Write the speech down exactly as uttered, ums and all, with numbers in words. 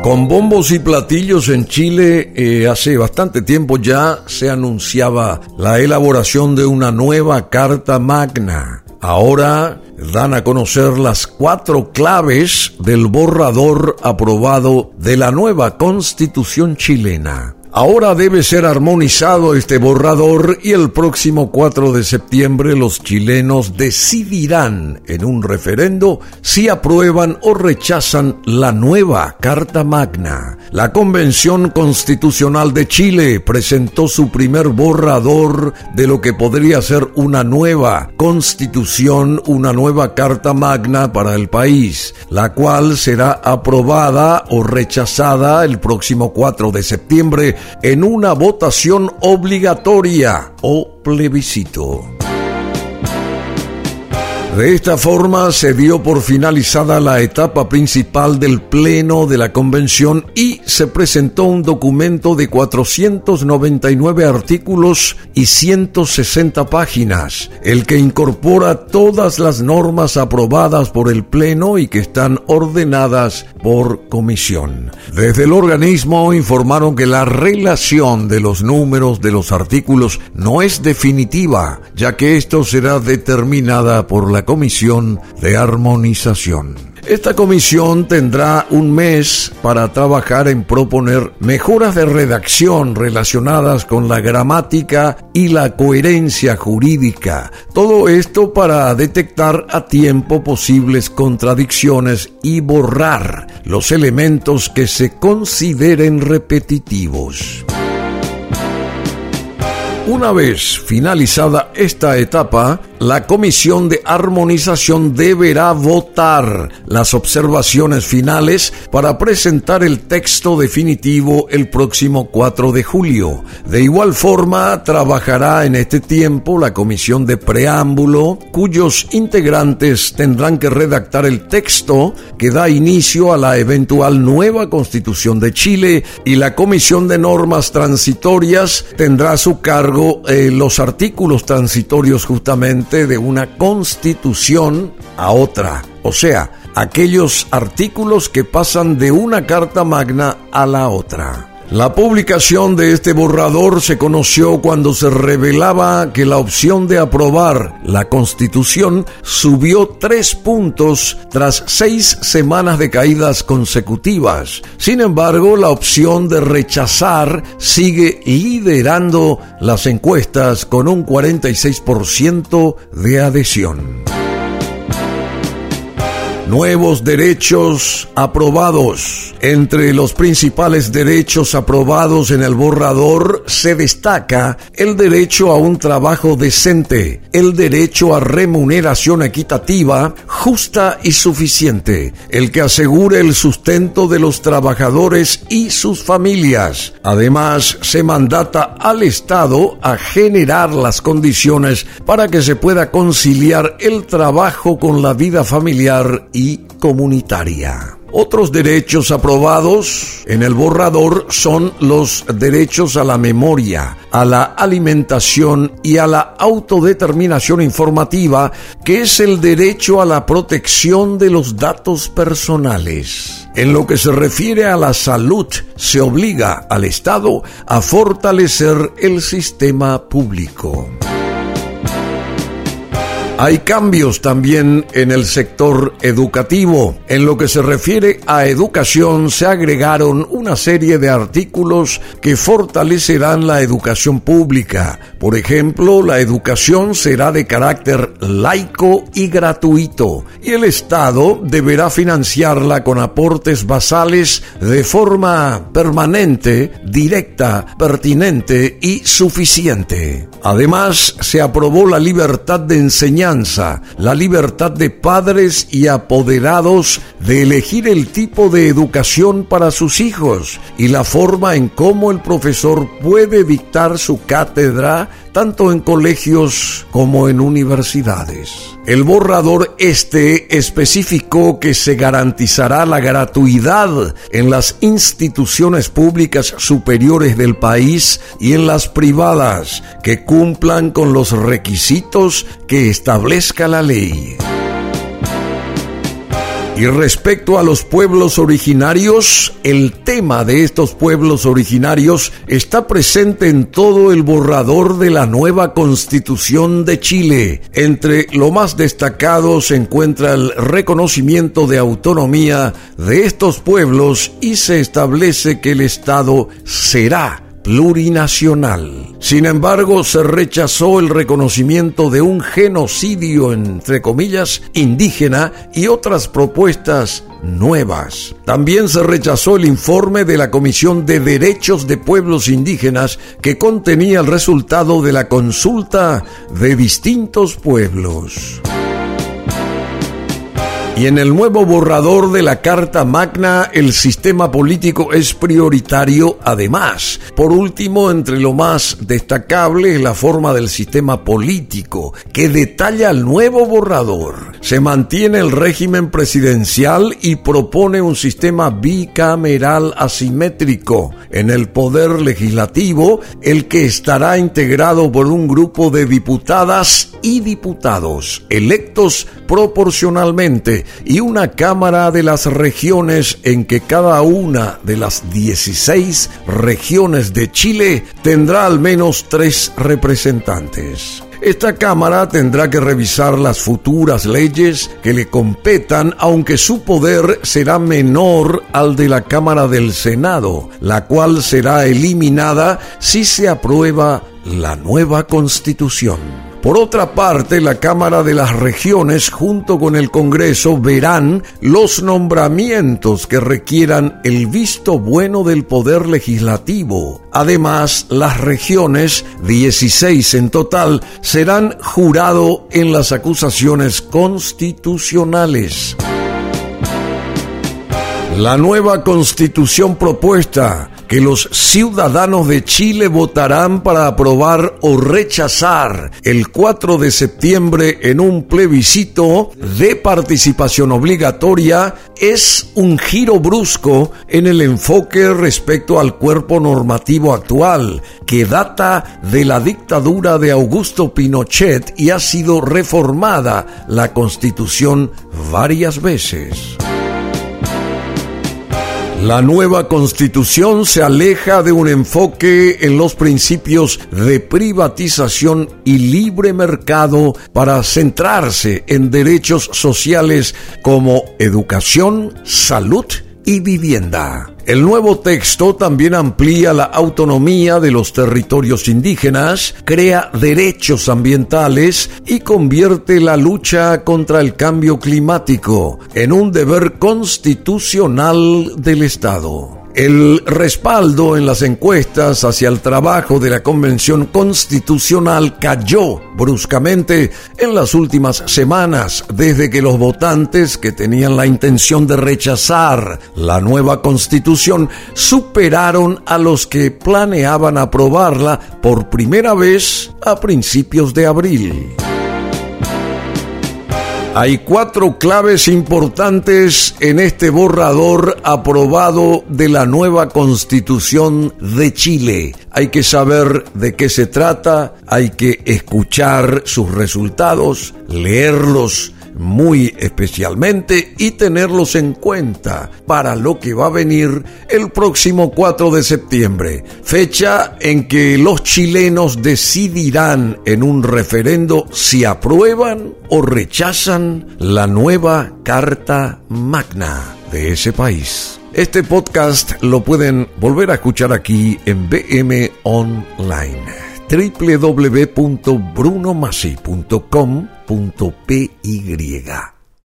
Con bombos y platillos en Chile, eh, hace bastante tiempo ya se anunciaba la elaboración de una nueva Carta Magna. Ahora dan a conocer las cuatro claves del borrador aprobado de la nueva Constitución chilena. Ahora debe ser armonizado este borrador y el próximo cuatro de septiembre los chilenos decidirán en un referendo si aprueban o rechazan la nueva Carta Magna. La Convención Constitucional de Chile presentó su primer borrador de lo que podría ser una nueva Constitución, una nueva Carta Magna para el país, la cual será aprobada o rechazada el próximo cuatro de septiembre en una votación obligatoria o plebiscito. De esta forma se dio por finalizada la etapa principal del Pleno de la Convención y se presentó un documento de cuatrocientos noventa y nueve artículos y ciento sesenta páginas, el que incorpora todas las normas aprobadas por el Pleno y que están ordenadas por comisión. Desde el organismo informaron que la relación de los números de los artículos no es definitiva, ya que esto será determinada por la Comisión de Armonización. Esta comisión tendrá un mes para trabajar en proponer mejoras de redacción relacionadas con la gramática y la coherencia jurídica. Todo esto para detectar a tiempo posibles contradicciones y borrar los elementos que se consideren repetitivos. Una vez finalizada esta etapa, la Comisión de Armonización deberá votar las observaciones finales para presentar el texto definitivo el próximo cuatro de julio. De igual forma, trabajará en este tiempo la Comisión de Preámbulo, cuyos integrantes tendrán que redactar el texto que da inicio a la eventual nueva Constitución de Chile, y la Comisión de Normas Transitorias tendrá a su cargo Eh, los artículos transitorios justamente de una constitución a otra, o sea, aquellos artículos que pasan de una Carta Magna a la otra. La publicación de este borrador se conoció cuando se revelaba que la opción de aprobar la Constitución subió tres puntos tras seis semanas de caídas consecutivas. Sin embargo, la opción de rechazar sigue liderando las encuestas con un cuarenta y seis por ciento de adhesión. Nuevos derechos aprobados. Entre los principales derechos aprobados en el borrador se destaca el derecho a un trabajo decente, el derecho a remuneración equitativa, justa y suficiente, el que asegure el sustento de los trabajadores y sus familias. Además, se mandata al Estado a generar las condiciones para que se pueda conciliar el trabajo con la vida familiar y comunitaria. Otros derechos aprobados en el borrador son los derechos a la memoria, a la alimentación y a la autodeterminación informativa, que es el derecho a la protección de los datos personales. En lo que se refiere a la salud, se obliga al Estado a fortalecer el sistema público. Hay cambios también en el sector educativo. En lo que se refiere a educación, se agregaron una serie de artículos que fortalecerán la educación pública. Por ejemplo, la educación será de carácter laico y gratuito, y el Estado deberá financiarla con aportes basales de forma permanente, directa, pertinente y suficiente. Además, se aprobó la libertad de enseñanza, la libertad de padres y apoderados de elegir el tipo de educación para sus hijos y la forma en cómo el profesor puede dictar su cátedra tanto en colegios como en universidades. El borrador este especificó que se garantizará la gratuidad en las instituciones públicas superiores del país y en las privadas que cumplan con los requisitos que establezca la ley. Y Y respecto a los pueblos originarios, el tema de estos pueblos originarios está presente en todo el borrador de la nueva Constitución de Chile. Entre lo más destacado se encuentra el reconocimiento de autonomía de estos pueblos y se establece que el Estado será plurinacional. Sin embargo, se rechazó el reconocimiento de un genocidio, entre comillas, indígena y otras propuestas nuevas. También se rechazó el informe de la Comisión de Derechos de Pueblos Indígenas que contenía el resultado de la consulta de distintos pueblos. Y en el nuevo borrador de la Carta Magna, el sistema político es prioritario además. Por último, entre lo más destacable es la forma del sistema político, que detalla el nuevo borrador. Se mantiene el régimen presidencial y propone un sistema bicameral asimétrico. En el poder legislativo, el que estará integrado por un grupo de diputadas y diputados, electos proporcionalmente, y una Cámara de las Regiones en que cada una de las dieciséis regiones de Chile tendrá al menos tres representantes. Esta Cámara tendrá que revisar las futuras leyes que le competan, aunque su poder será menor al de la Cámara del Senado, la cual será eliminada si se aprueba la nueva Constitución. Por otra parte, la Cámara de las Regiones junto con el Congreso verán los nombramientos que requieran el visto bueno del Poder Legislativo. Además, las regiones, dieciséis en total, serán jurado en las acusaciones constitucionales. La nueva Constitución propuesta, que los ciudadanos de Chile votarán para aprobar o rechazar el cuatro de septiembre en un plebiscito de participación obligatoria, es un giro brusco en el enfoque respecto al cuerpo normativo actual, que data de la dictadura de Augusto Pinochet y ha sido reformada la Constitución varias veces. La nueva Constitución se aleja de un enfoque en los principios de privatización y libre mercado para centrarse en derechos sociales como educación, salud y vivienda. El nuevo texto también amplía la autonomía de los territorios indígenas, crea derechos ambientales y convierte la lucha contra el cambio climático en un deber constitucional del Estado. El respaldo en las encuestas hacia el trabajo de la Convención Constitucional cayó bruscamente en las últimas semanas, desde que los votantes que tenían la intención de rechazar la nueva Constitución superaron a los que planeaban aprobarla por primera vez a principios de abril. Hay cuatro claves importantes en este borrador aprobado de la nueva Constitución de Chile. Hay que saber de qué se trata, hay que escuchar sus resultados, leerlos muy especialmente y tenerlos en cuenta para lo que va a venir el próximo cuatro de septiembre, fecha en que los chilenos decidirán en un referendo si aprueban o rechazan la nueva Carta Magna de ese país. Este podcast lo pueden volver a escuchar aquí en B M Online. doble u doble u doble u punto bruno massi punto com punto p y